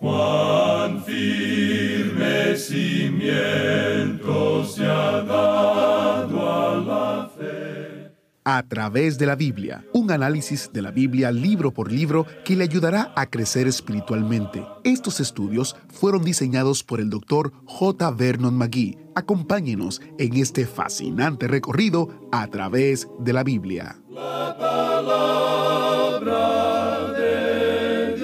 Cuán firme cimiento se ha dado a la fe. A través de la Biblia, un análisis de la Biblia libro por libro que le ayudará a crecer espiritualmente. Estos estudios fueron diseñados por el Dr. J. Vernon McGee. Acompáñenos en este fascinante recorrido a través de la Biblia. La palabra de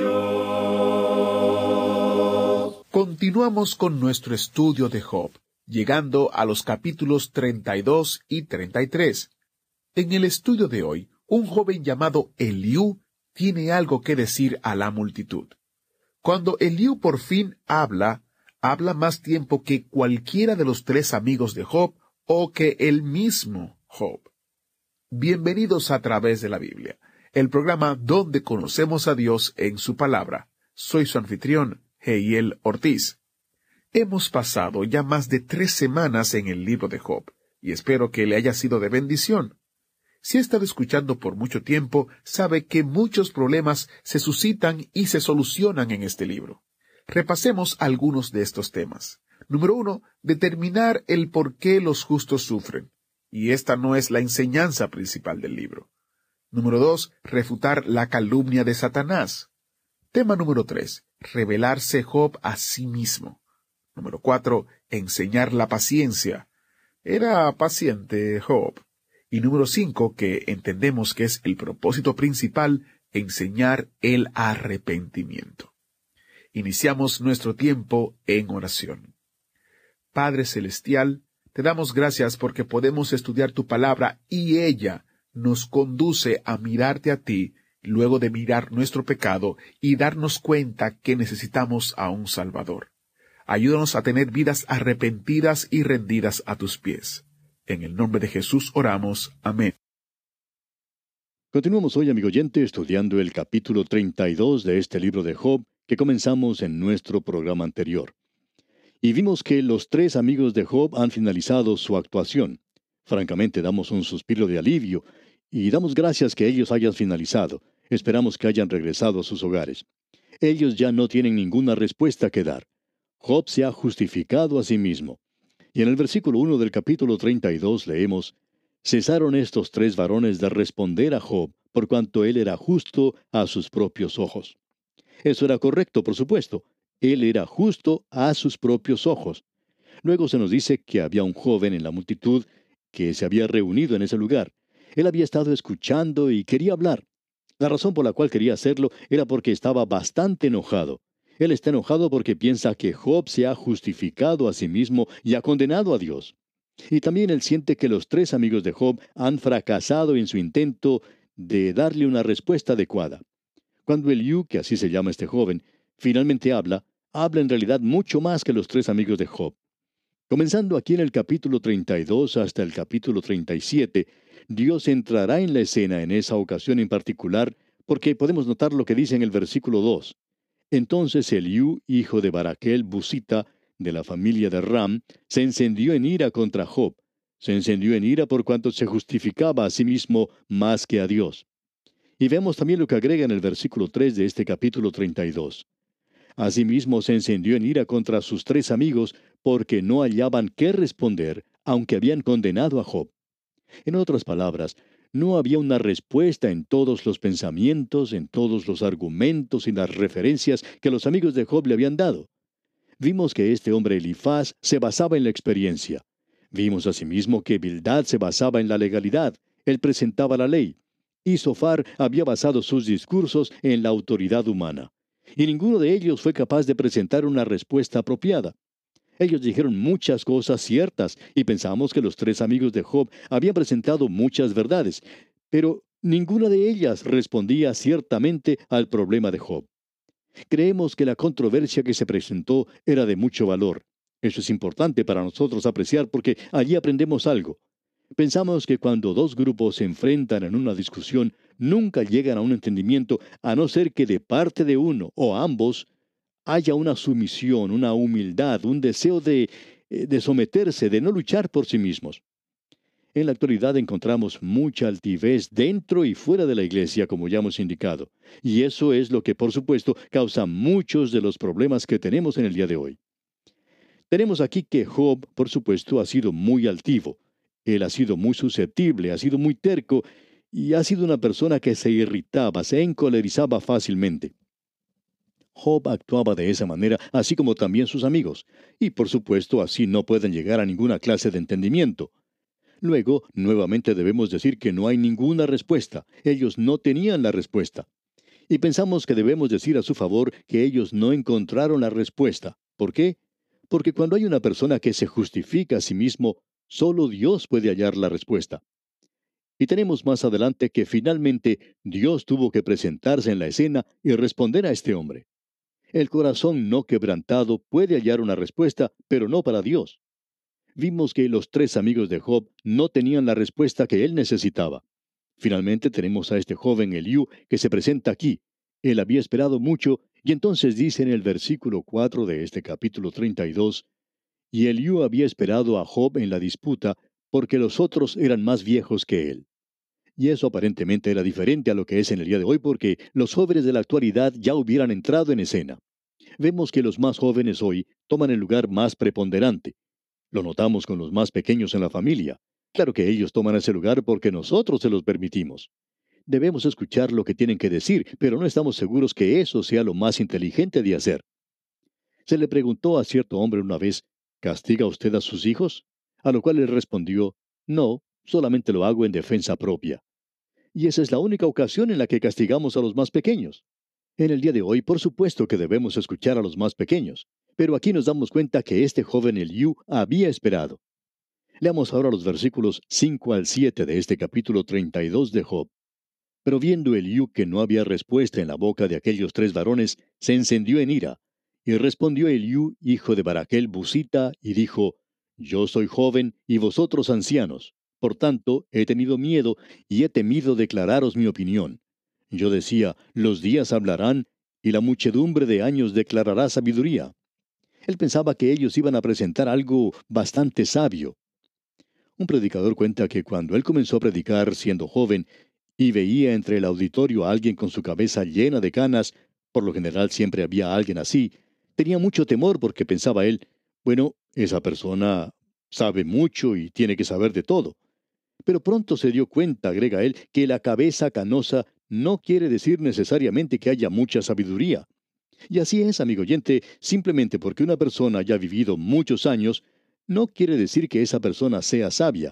Dios. Continuamos con nuestro estudio de Job, llegando a los capítulos 32 y 33. En el estudio de hoy, un joven llamado Eliú tiene algo que decir a la multitud. Cuando Eliú por fin habla más tiempo que cualquiera de los tres amigos de Job o que el mismo Job. Bienvenidos a través de la Biblia, el programa donde conocemos a Dios en su palabra. Soy su anfitrión, Heiel Ortiz. Hemos pasado ya más de 3 semanas en el libro de Job, y espero que le haya sido de bendición. Si ha estado escuchando por mucho tiempo, sabe que muchos problemas se suscitan y se solucionan en este libro. Repasemos algunos de estos temas. Número 1, determinar el por qué los justos sufren. Y esta no es la enseñanza principal del libro. Número 2, refutar la calumnia de Satanás. Tema número 3, revelarse Job a sí mismo. Número 4, enseñar la paciencia. Era paciente Job. Y número 5, que entendemos que es el propósito principal, enseñar el arrepentimiento. Iniciamos nuestro tiempo en oración. Padre Celestial, te damos gracias porque podemos estudiar tu palabra y ella nos conduce a mirarte a ti, luego de mirar nuestro pecado y darnos cuenta que necesitamos a un Salvador. Ayúdanos a tener vidas arrepentidas y rendidas a tus pies. En el nombre de Jesús oramos. Amén. Continuamos hoy, amigo oyente, estudiando el capítulo 32 de este libro de Job que comenzamos en nuestro programa anterior. Y vimos que los 3 amigos de Job han finalizado su actuación. Francamente, damos un suspiro de alivio y damos gracias que ellos hayan finalizado. Esperamos que hayan regresado a sus hogares. Ellos ya no tienen ninguna respuesta que dar. Job se ha justificado a sí mismo. Y en el versículo 1 del capítulo 32 leemos: «Cesaron estos 3 varones de responder a Job, por cuanto él era justo a sus propios ojos». Eso era correcto, por supuesto. Él era justo a sus propios ojos. Luego se nos dice que había un joven en la multitud que se había reunido en ese lugar. Él había estado escuchando y quería hablar. La razón por la cual quería hacerlo era porque estaba bastante enojado. Él está enojado porque piensa que Job se ha justificado a sí mismo y ha condenado a Dios. Y también él siente que los 3 amigos de Job han fracasado en su intento de darle una respuesta adecuada. Cuando Eliú, que así se llama este joven, finalmente habla en realidad mucho más que los 3 amigos de Job. Comenzando aquí en el capítulo 32 hasta el capítulo 37, Dios entrará en la escena en esa ocasión en particular, porque podemos notar lo que dice en el versículo 2. Entonces Eliú, hijo de Baraquel Busita, de la familia de Ram, se encendió en ira contra Job. Se encendió en ira por cuanto se justificaba a sí mismo más que a Dios. Y vemos también lo que agrega en el versículo 3 de este capítulo 32. Asimismo se encendió en ira contra sus 3 amigos, porque no hallaban qué responder, aunque habían condenado a Job. En otras palabras, no había una respuesta en todos los pensamientos, en todos los argumentos y las referencias que los amigos de Job le habían dado. Vimos que este hombre Elifaz se basaba en la experiencia. Vimos asimismo que Bildad se basaba en la legalidad. Él presentaba la ley. Y Sofar había basado sus discursos en la autoridad humana. Y ninguno de ellos fue capaz de presentar una respuesta apropiada. Ellos dijeron muchas cosas ciertas y pensamos que los 3 amigos de Job habían presentado muchas verdades, pero ninguna de ellas respondía ciertamente al problema de Job. Creemos que la controversia que se presentó era de mucho valor. Eso es importante para nosotros apreciar porque allí aprendemos algo. Pensamos que cuando 2 grupos se enfrentan en una discusión, nunca llegan a un entendimiento a no ser que de parte de uno o ambos haya una sumisión, una humildad, un deseo de someterse, de no luchar por sí mismos. En la actualidad encontramos mucha altivez dentro y fuera de la iglesia, como ya hemos indicado, y eso es lo que, por supuesto, causa muchos de los problemas que tenemos en el día de hoy. Tenemos aquí que Job, por supuesto, ha sido muy altivo. Él ha sido muy susceptible, ha sido muy terco y ha sido una persona que se irritaba, se encolerizaba fácilmente. Job actuaba de esa manera, así como también sus amigos, y por supuesto así no pueden llegar a ninguna clase de entendimiento. Luego, nuevamente debemos decir que no hay ninguna respuesta. Ellos no tenían la respuesta. Y pensamos que debemos decir a su favor que ellos no encontraron la respuesta. ¿Por qué? Porque cuando hay una persona que se justifica a sí mismo, solo Dios puede hallar la respuesta. Y tenemos más adelante que finalmente Dios tuvo que presentarse en la escena y responder a este hombre. El corazón no quebrantado puede hallar una respuesta, pero no para Dios. Vimos que los tres amigos de Job no tenían la respuesta que él necesitaba. Finalmente tenemos a este joven Eliú que se presenta aquí. Él había esperado mucho y entonces dice en el versículo 4 de este capítulo 32, y Eliú había esperado a Job en la disputa porque los otros eran más viejos que él. Y eso aparentemente era diferente a lo que es en el día de hoy porque los jóvenes de la actualidad ya hubieran entrado en escena. Vemos que los más jóvenes hoy toman el lugar más preponderante. Lo notamos con los más pequeños en la familia. Claro que ellos toman ese lugar porque nosotros se los permitimos. Debemos escuchar lo que tienen que decir, pero no estamos seguros que eso sea lo más inteligente de hacer. Se le preguntó a cierto hombre una vez, ¿castiga usted a sus hijos? A lo cual él respondió, no, solamente lo hago en defensa propia. Y esa es la única ocasión en la que castigamos a los más pequeños. En el día de hoy, por supuesto que debemos escuchar a los más pequeños, pero aquí nos damos cuenta que este joven Eliú había esperado. Leamos ahora los versículos 5 al 7 de este capítulo 32 de Job. Pero viendo Eliú que no había respuesta en la boca de aquellos tres varones, se encendió en ira. Y respondió Eliú, hijo de Baraquel Busita, y dijo, Yo soy joven y vosotros ancianos. Por tanto, he tenido miedo y he temido declararos mi opinión. Yo decía, los días hablarán, y la muchedumbre de años declarará sabiduría. Él pensaba que ellos iban a presentar algo bastante sabio. Un predicador cuenta que cuando él comenzó a predicar siendo joven y veía entre el auditorio a alguien con su cabeza llena de canas, por lo general siempre había alguien así, tenía mucho temor porque pensaba él, bueno, esa persona sabe mucho y tiene que saber de todo. Pero pronto se dio cuenta, agrega él, que la cabeza canosa no quiere decir necesariamente que haya mucha sabiduría. Y así es, amigo oyente, simplemente porque una persona haya vivido muchos años, no quiere decir que esa persona sea sabia.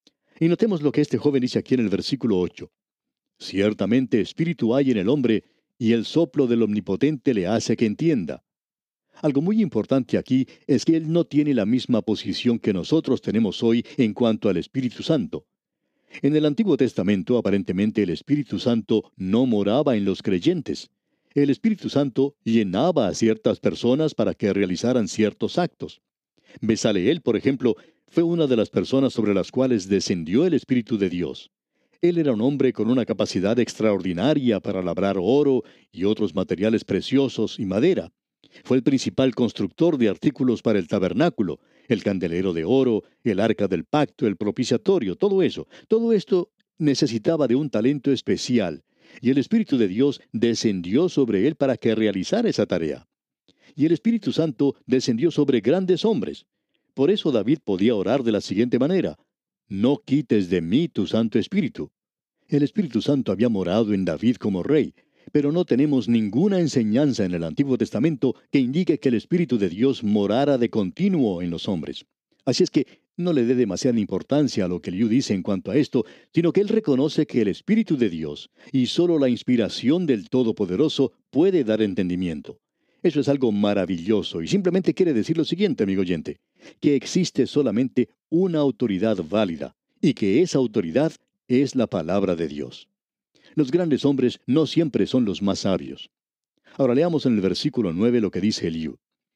Y notemos lo que este joven dice aquí en el versículo 8. Ciertamente espíritu hay en el hombre, y el soplo del Omnipotente le hace que entienda. Algo muy importante aquí es que él no tiene la misma posición que nosotros tenemos hoy en cuanto al Espíritu Santo. En el Antiguo Testamento, aparentemente el Espíritu Santo no moraba en los creyentes. El Espíritu Santo llenaba a ciertas personas para que realizaran ciertos actos. Besaleel, por ejemplo, fue una de las personas sobre las cuales descendió el Espíritu de Dios. Él era un hombre con una capacidad extraordinaria para labrar oro y otros materiales preciosos y madera. Fue el principal constructor de artículos para el tabernáculo, el candelero de oro, el arca del pacto, el propiciatorio, todo eso. Todo esto necesitaba de un talento especial, y el Espíritu de Dios descendió sobre él para que realizara esa tarea. Y el Espíritu Santo descendió sobre grandes hombres. Por eso David podía orar de la siguiente manera: No quites de mí tu Santo Espíritu. El Espíritu Santo había morado en David como rey, pero no tenemos ninguna enseñanza en el Antiguo Testamento que indique que el Espíritu de Dios morara de continuo en los hombres. Así es que no le dé demasiada importancia a lo que Eliú dice en cuanto a esto, sino que él reconoce que el Espíritu de Dios y solo la inspiración del Todopoderoso puede dar entendimiento. Eso es algo maravilloso y simplemente quiere decir lo siguiente, amigo oyente, que existe solamente una autoridad válida y que esa autoridad es la palabra de Dios. Los grandes hombres no siempre son los más sabios. Ahora leamos en el versículo 9 lo que dice Eliú.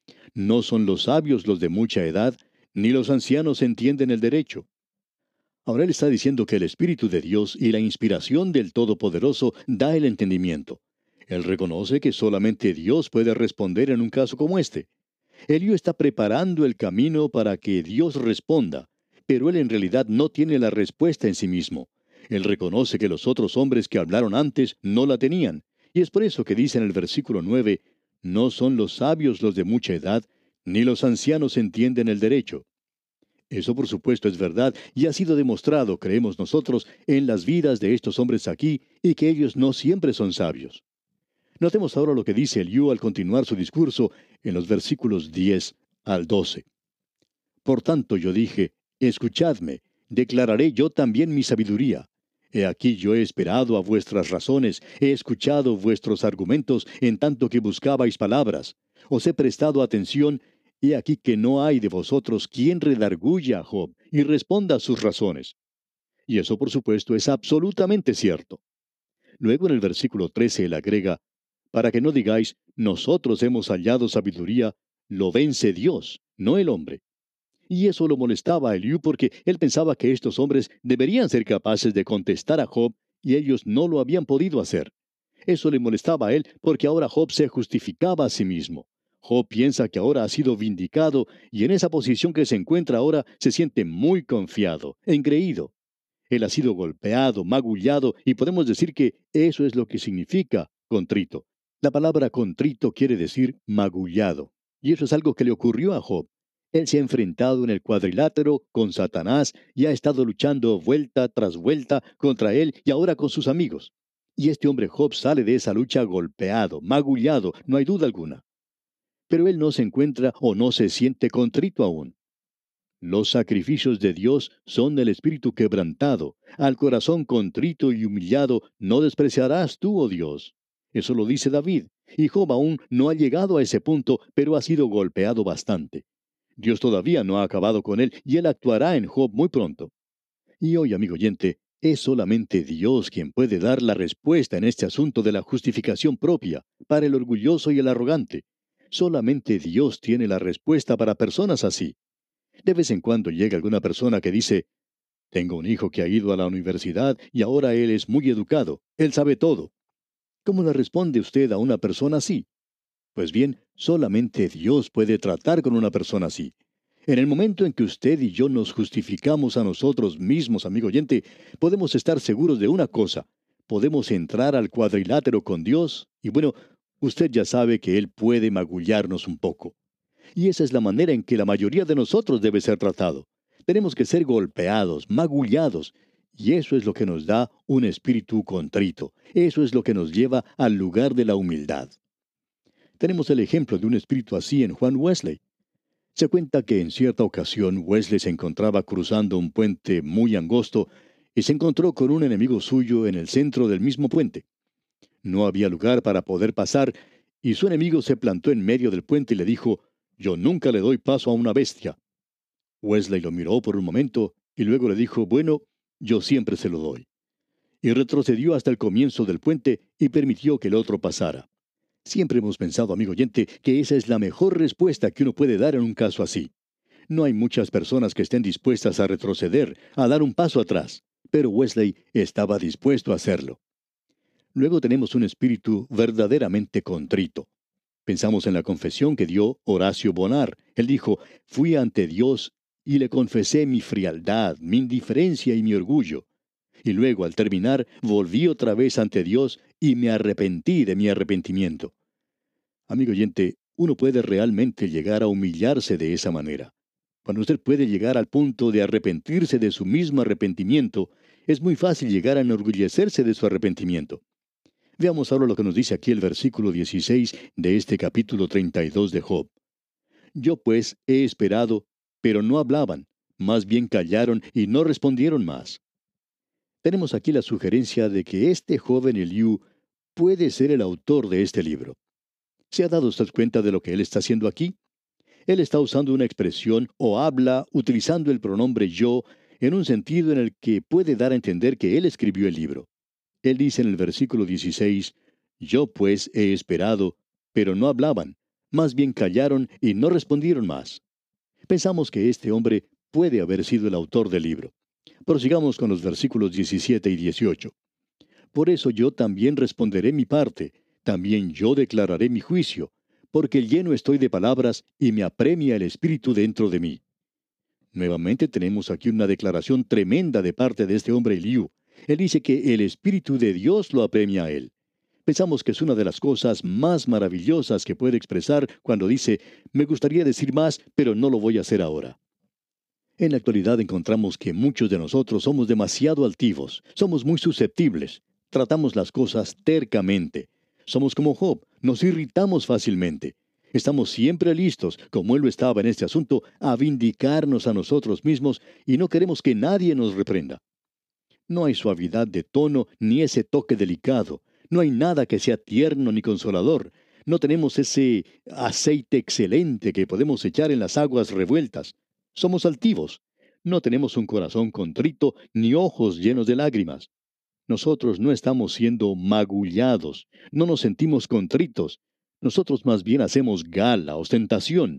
No son los sabios los de mucha edad, ni los ancianos entienden el derecho. Ahora él está diciendo que el Espíritu de Dios y la inspiración del Todopoderoso da el entendimiento. Él reconoce que solamente Dios puede responder en un caso como este. Eliú está preparando el camino para que Dios responda, pero él en realidad no tiene la respuesta en sí mismo. Él reconoce que los otros hombres que hablaron antes no la tenían, y es por eso que dice en el versículo 9, no son los sabios los de mucha edad, ni los ancianos entienden el derecho. Eso por supuesto es verdad y ha sido demostrado, creemos nosotros, en las vidas de estos hombres aquí y que ellos no siempre son sabios. Notemos ahora lo que dice Eliú al continuar su discurso en los versículos 10 al 12. Por tanto yo dije, escuchadme, declararé yo también mi sabiduría. He aquí yo he esperado a vuestras razones, he escuchado vuestros argumentos en tanto que buscabais palabras. Os he prestado atención. He aquí que no hay de vosotros quien redarguya a Job y responda a sus razones. Y eso, por supuesto, es absolutamente cierto. Luego en el versículo 13 él agrega, para que no digáis, nosotros hemos hallado sabiduría, lo vence Dios, no el hombre. Y eso lo molestaba a Eliú porque él pensaba que estos hombres deberían ser capaces de contestar a Job y ellos no lo habían podido hacer. Eso le molestaba a él porque ahora Job se justificaba a sí mismo. Job piensa que ahora ha sido vindicado y en esa posición que se encuentra ahora se siente muy confiado, engreído. Él ha sido golpeado, magullado y podemos decir que eso es lo que significa contrito. La palabra contrito quiere decir magullado y eso es algo que le ocurrió a Job. Él se ha enfrentado en el cuadrilátero con Satanás y ha estado luchando vuelta tras vuelta contra él y ahora con sus amigos. Y este hombre Job sale de esa lucha golpeado, magullado, no hay duda alguna. Pero él no se encuentra o no se siente contrito aún. Los sacrificios de Dios son del espíritu quebrantado. Al corazón contrito y humillado no despreciarás tú, oh Dios. Eso lo dice David. Y Job aún no ha llegado a ese punto, pero ha sido golpeado bastante. Dios todavía no ha acabado con él y él actuará en Job muy pronto. Y hoy, amigo oyente, es solamente Dios quien puede dar la respuesta en este asunto de la justificación propia para el orgulloso y el arrogante. Solamente Dios tiene la respuesta para personas así. De vez en cuando llega alguna persona que dice, tengo un hijo que ha ido a la universidad y ahora él es muy educado, él sabe todo. ¿Cómo le responde usted a una persona así? Pues bien, solamente Dios puede tratar con una persona así. En el momento en que usted y yo nos justificamos a nosotros mismos, amigo oyente, podemos estar seguros de una cosa. Podemos entrar al cuadrilátero con Dios y bueno, usted ya sabe que Él puede magullarnos un poco. Y esa es la manera en que la mayoría de nosotros debe ser tratado. Tenemos que ser golpeados, magullados, y eso es lo que nos da un espíritu contrito. Eso es lo que nos lleva al lugar de la humildad. Tenemos el ejemplo de un espíritu así en Juan Wesley. Se cuenta que en cierta ocasión Wesley se encontraba cruzando un puente muy angosto y se encontró con un enemigo suyo en el centro del mismo puente. No había lugar para poder pasar y su enemigo se plantó en medio del puente y le dijo, «Yo nunca le doy paso a una bestia». Wesley lo miró por un momento y luego le dijo, «Bueno, yo siempre se lo doy». Y retrocedió hasta el comienzo del puente y permitió que el otro pasara. Siempre hemos pensado, amigo oyente, que esa es la mejor respuesta que uno puede dar en un caso así. No hay muchas personas que estén dispuestas a retroceder, a dar un paso atrás, pero Wesley estaba dispuesto a hacerlo. Luego tenemos un espíritu verdaderamente contrito. Pensamos en la confesión que dio Horacio Bonar. Él dijo, «Fui ante Dios y le confesé mi frialdad, mi indiferencia y mi orgullo. Y luego, al terminar, volví otra vez ante Dios y me arrepentí de mi arrepentimiento». Amigo oyente, uno puede realmente llegar a humillarse de esa manera. Cuando usted puede llegar al punto de arrepentirse de su mismo arrepentimiento, es muy fácil llegar a enorgullecerse de su arrepentimiento. Veamos ahora lo que nos dice aquí el versículo 16 de este capítulo 32 de Job. Yo pues he esperado, pero no hablaban, más bien callaron y no respondieron más. Tenemos aquí la sugerencia de que este joven Eliú puede ser el autor de este libro. ¿Se ha dado usted cuenta de lo que él está haciendo aquí? Él está usando una expresión o habla utilizando el pronombre yo en un sentido en el que puede dar a entender que él escribió el libro. Él dice en el versículo 16, «Yo pues he esperado, pero no hablaban, más bien callaron y no respondieron más». Pensamos que este hombre puede haber sido el autor del libro. Prosigamos con los versículos 17 y 18. «Por eso yo también responderé mi parte, también yo declararé mi juicio, porque lleno estoy de palabras y me apremia el espíritu dentro de mí». Nuevamente tenemos aquí una declaración tremenda de parte de este hombre Eliú. Él dice que el Espíritu de Dios lo apremia a él. Pensamos que es una de las cosas más maravillosas que puede expresar cuando dice, me gustaría decir más, pero no lo voy a hacer ahora. En la actualidad encontramos que muchos de nosotros somos demasiado altivos, somos muy susceptibles, tratamos las cosas tercamente. Somos como Job, nos irritamos fácilmente. Estamos siempre listos, como él lo estaba en este asunto, a vindicarnos a nosotros mismos y no queremos que nadie nos reprenda. No hay suavidad de tono ni ese toque delicado. No hay nada que sea tierno ni consolador. No tenemos ese aceite excelente que podemos echar en las aguas revueltas. Somos altivos. No tenemos un corazón contrito ni ojos llenos de lágrimas. Nosotros no estamos siendo magullados. No nos sentimos contritos. Nosotros más bien hacemos gala, ostentación.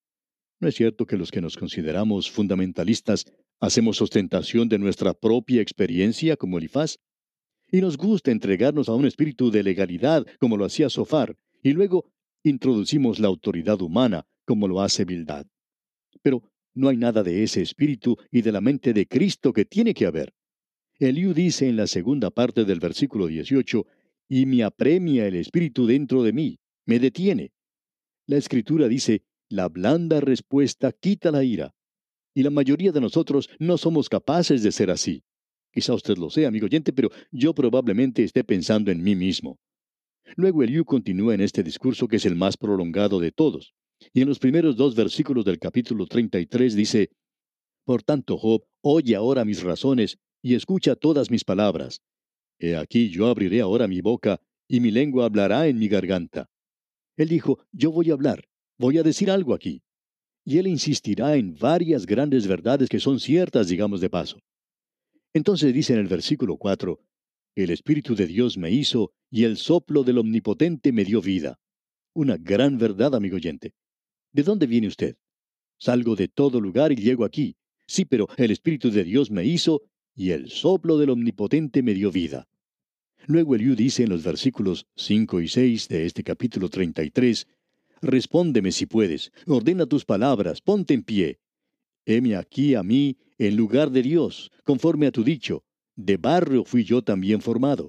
¿No es cierto que los que nos consideramos fundamentalistas hacemos ostentación de nuestra propia experiencia como Elifaz? Y nos gusta entregarnos a un espíritu de legalidad como lo hacía Sofar, y luego introducimos la autoridad humana como lo hace Bildad. Pero no hay nada de ese espíritu y de la mente de Cristo que tiene que haber. Eliú dice en la segunda parte del versículo 18, y me apremia el espíritu dentro de mí, me detiene. La Escritura dice, la blanda respuesta quita la ira. Y la mayoría de nosotros no somos capaces de ser así. Quizá usted lo sea, amigo oyente, pero yo probablemente esté pensando en mí mismo. Luego Eliú continúa en este discurso que es el más prolongado de todos. Y en los primeros 2 versículos del capítulo 33 dice, por tanto, Job, oye ahora mis razones y escucha todas mis palabras. He aquí yo abriré ahora mi boca, y mi lengua hablará en mi garganta. Él dijo, yo voy a hablar, voy a decir algo aquí. Y él insistirá en varias grandes verdades que son ciertas, digamos de paso. Entonces dice en el versículo 4, el Espíritu de Dios me hizo, y el soplo del Omnipotente me dio vida. Una gran verdad, amigo oyente. ¿De dónde viene usted? Salgo de todo lugar y llego aquí. Sí, pero el Espíritu de Dios me hizo, y el soplo del Omnipotente me dio vida. Luego Eliú dice en los versículos 5 y 6 de este capítulo 33, respóndeme si puedes, ordena tus palabras, ponte en pie. Heme aquí a mí en lugar de Dios, conforme a tu dicho, de barro fui yo también formado.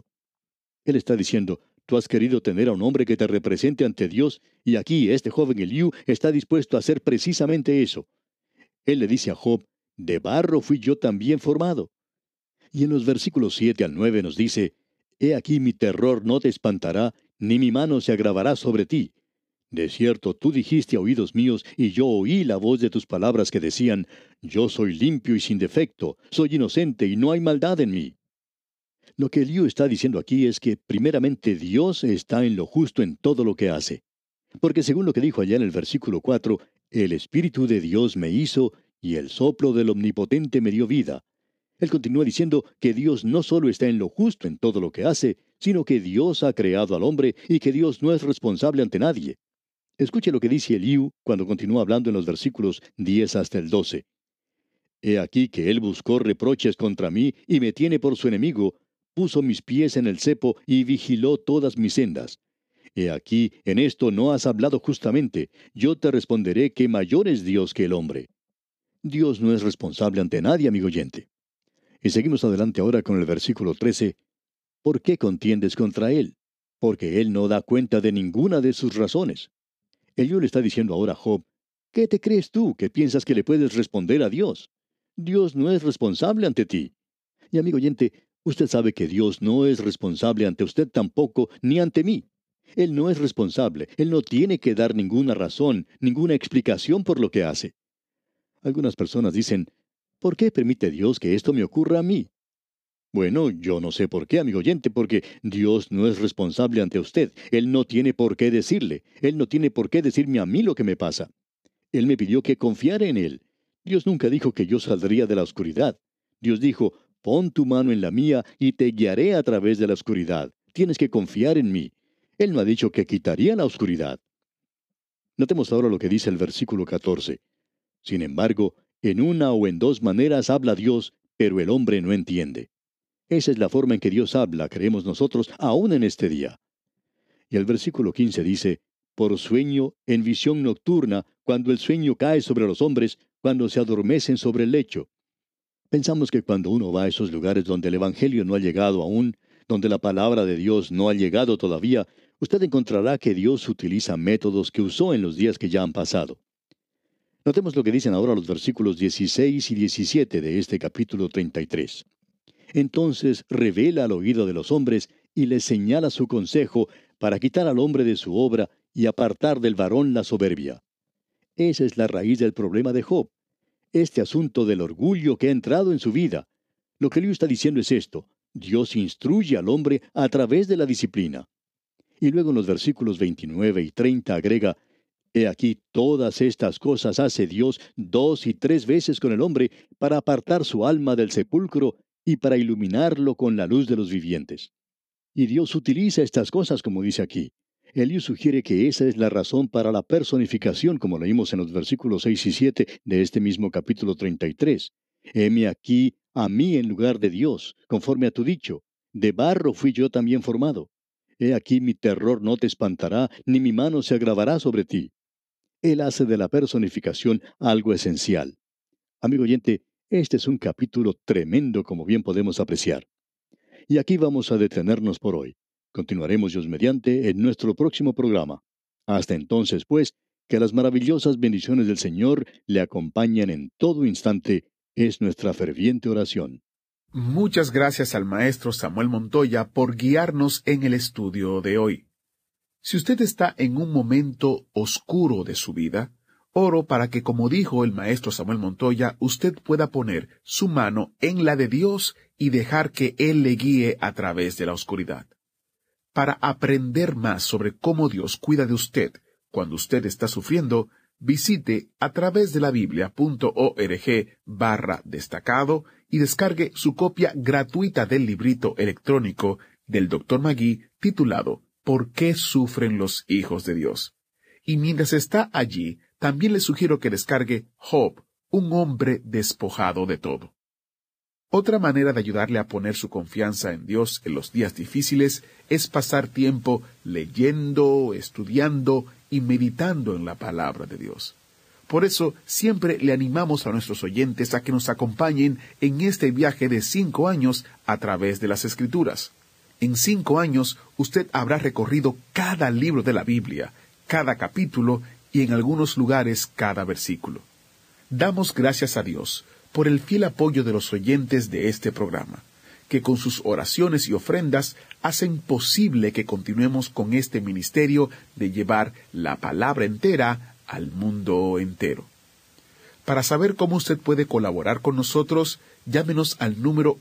Él está diciendo, tú has querido tener a un hombre que te represente ante Dios, y aquí este joven Eliú está dispuesto a hacer precisamente eso. Él le dice a Job, de barro fui yo también formado. Y en los versículos 7 al 9 nos dice, he aquí mi terror no te espantará, ni mi mano se agravará sobre ti. De cierto, tú dijiste a oídos míos, y yo oí la voz de tus palabras que decían, yo soy limpio y sin defecto, soy inocente y no hay maldad en mí. Lo que Eliú está diciendo aquí es que primeramente Dios está en lo justo en todo lo que hace. Porque según lo que dijo allá en el versículo 4, el Espíritu de Dios me hizo, y el soplo del Omnipotente me dio vida. Él continúa diciendo que Dios no solo está en lo justo en todo lo que hace, sino que Dios ha creado al hombre y que Dios no es responsable ante nadie. Escuche lo que dice Eliú cuando continúa hablando en los versículos 10 hasta el 12. He aquí que él buscó reproches contra mí y me tiene por su enemigo, puso mis pies en el cepo y vigiló todas mis sendas. He aquí, en esto no has hablado justamente, yo te responderé que mayor es Dios que el hombre. Dios no es responsable ante nadie, amigo oyente. Y seguimos adelante ahora con el versículo 13. ¿Por qué contiendes contra él? Porque él no da cuenta de ninguna de sus razones. Eliú le está diciendo ahora a Job, ¿qué te crees tú que piensas que le puedes responder a Dios? Dios no es responsable ante ti. Y amigo oyente, usted sabe que Dios no es responsable ante usted tampoco, ni ante mí. Él no es responsable, Él no tiene que dar ninguna razón, ninguna explicación por lo que hace. Algunas personas dicen, ¿por qué permite Dios que esto me ocurra a mí? Bueno, yo no sé por qué, amigo oyente, porque Dios no es responsable ante usted. Él no tiene por qué decirle. Él no tiene por qué decirme a mí lo que me pasa. Él me pidió que confiara en Él. Dios nunca dijo que yo saldría de la oscuridad. Dios dijo, pon tu mano en la mía y te guiaré a través de la oscuridad. Tienes que confiar en mí. Él no ha dicho que quitaría la oscuridad. Notemos ahora lo que dice el versículo 14. Sin embargo, en una o en dos maneras habla Dios, pero el hombre no entiende. Esa es la forma en que Dios habla, creemos nosotros, aún en este día. Y el versículo 15 dice, por sueño, en visión nocturna, cuando el sueño cae sobre los hombres, cuando se adormecen sobre el lecho. Pensamos que cuando uno va a esos lugares donde el Evangelio no ha llegado aún, donde la palabra de Dios no ha llegado todavía, usted encontrará que Dios utiliza métodos que usó en los días que ya han pasado. Notemos lo que dicen ahora los versículos 16 y 17 de este capítulo 33. Entonces revela al oído de los hombres y les señala su consejo para quitar al hombre de su obra y apartar del varón la soberbia. Esa es la raíz del problema de Job. Este asunto del orgullo que ha entrado en su vida. Lo que Eliú está diciendo es esto: Dios instruye al hombre a través de la disciplina. Y luego en los versículos 29 y 30 agrega: He aquí todas estas cosas hace Dios 2 y 3 veces con el hombre para apartar su alma del sepulcro y para iluminarlo con la luz de los vivientes. Y Dios utiliza estas cosas como dice aquí. Eliú sugiere que esa es la razón para la personificación, como leímos en los versículos 6 y 7 de este mismo capítulo 33. Heme aquí a mí en lugar de Dios, conforme a tu dicho. De barro fui yo también formado. He aquí mi terror no te espantará, ni mi mano se agravará sobre ti. Él hace de la personificación algo esencial. Amigo oyente, este es un capítulo tremendo, como bien podemos apreciar. Y aquí vamos a detenernos por hoy. Continuaremos Dios mediante en nuestro próximo programa. Hasta entonces, pues, que las maravillosas bendiciones del Señor le acompañen en todo instante, es nuestra ferviente oración. Muchas gracias al maestro Samuel Montoya por guiarnos en el estudio de hoy. Si usted está en un momento oscuro de su vida, oro para que, como dijo el maestro Samuel Montoya, usted pueda poner su mano en la de Dios y dejar que Él le guíe a través de la oscuridad. Para aprender más sobre cómo Dios cuida de usted cuando usted está sufriendo, visite a través de la biblia.org/destacado y descargue su copia gratuita del librito electrónico del Dr. Magui titulado ¿Por qué sufren los hijos de Dios? Y mientras está allí, también le sugiero que descargue Job, un hombre despojado de todo. Otra manera de ayudarle a poner su confianza en Dios en los días difíciles es pasar tiempo leyendo, estudiando y meditando en la palabra de Dios. Por eso, siempre le animamos a nuestros oyentes a que nos acompañen en este viaje de 5 años a través de las Escrituras. En 5 años, usted habrá recorrido cada libro de la Biblia, cada capítulo y en algunos lugares cada versículo. Damos gracias a Dios por el fiel apoyo de los oyentes de este programa, que con sus oraciones y ofrendas hacen posible que continuemos con este ministerio de llevar la palabra entera al mundo entero. Para saber cómo usted puede colaborar con nosotros, llámenos al número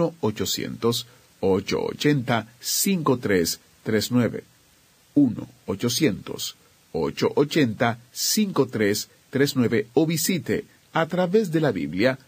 1-800-880-5339. 1-800-880-5339 o visite a través de la Biblia.org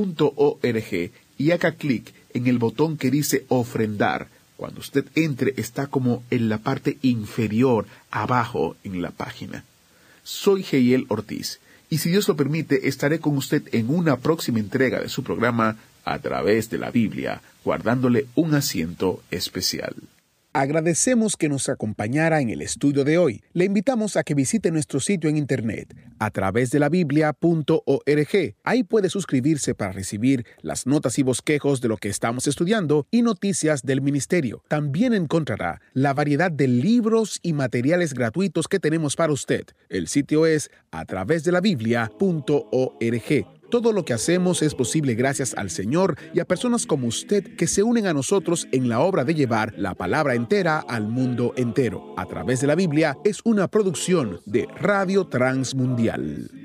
y haga clic en el botón que dice ofrendar. Cuando usted entre, está como en la parte inferior, abajo en la página. Soy Heiel Ortiz, y si Dios lo permite, estaré con usted en una próxima entrega de su programa A través de la Biblia, guardándole un asiento especial. Agradecemos que nos acompañara en el estudio de hoy. Le invitamos a que visite nuestro sitio en internet, a través de la biblia.org. Ahí puede suscribirse para recibir las notas y bosquejos de lo que estamos estudiando y noticias del ministerio. También encontrará la variedad de libros y materiales gratuitos que tenemos para usted. El sitio es a través de la biblia.org. Todo lo que hacemos es posible gracias al Señor y a personas como usted que se unen a nosotros en la obra de llevar la palabra entera al mundo entero. A través de la Biblia es una producción de Radio Transmundial.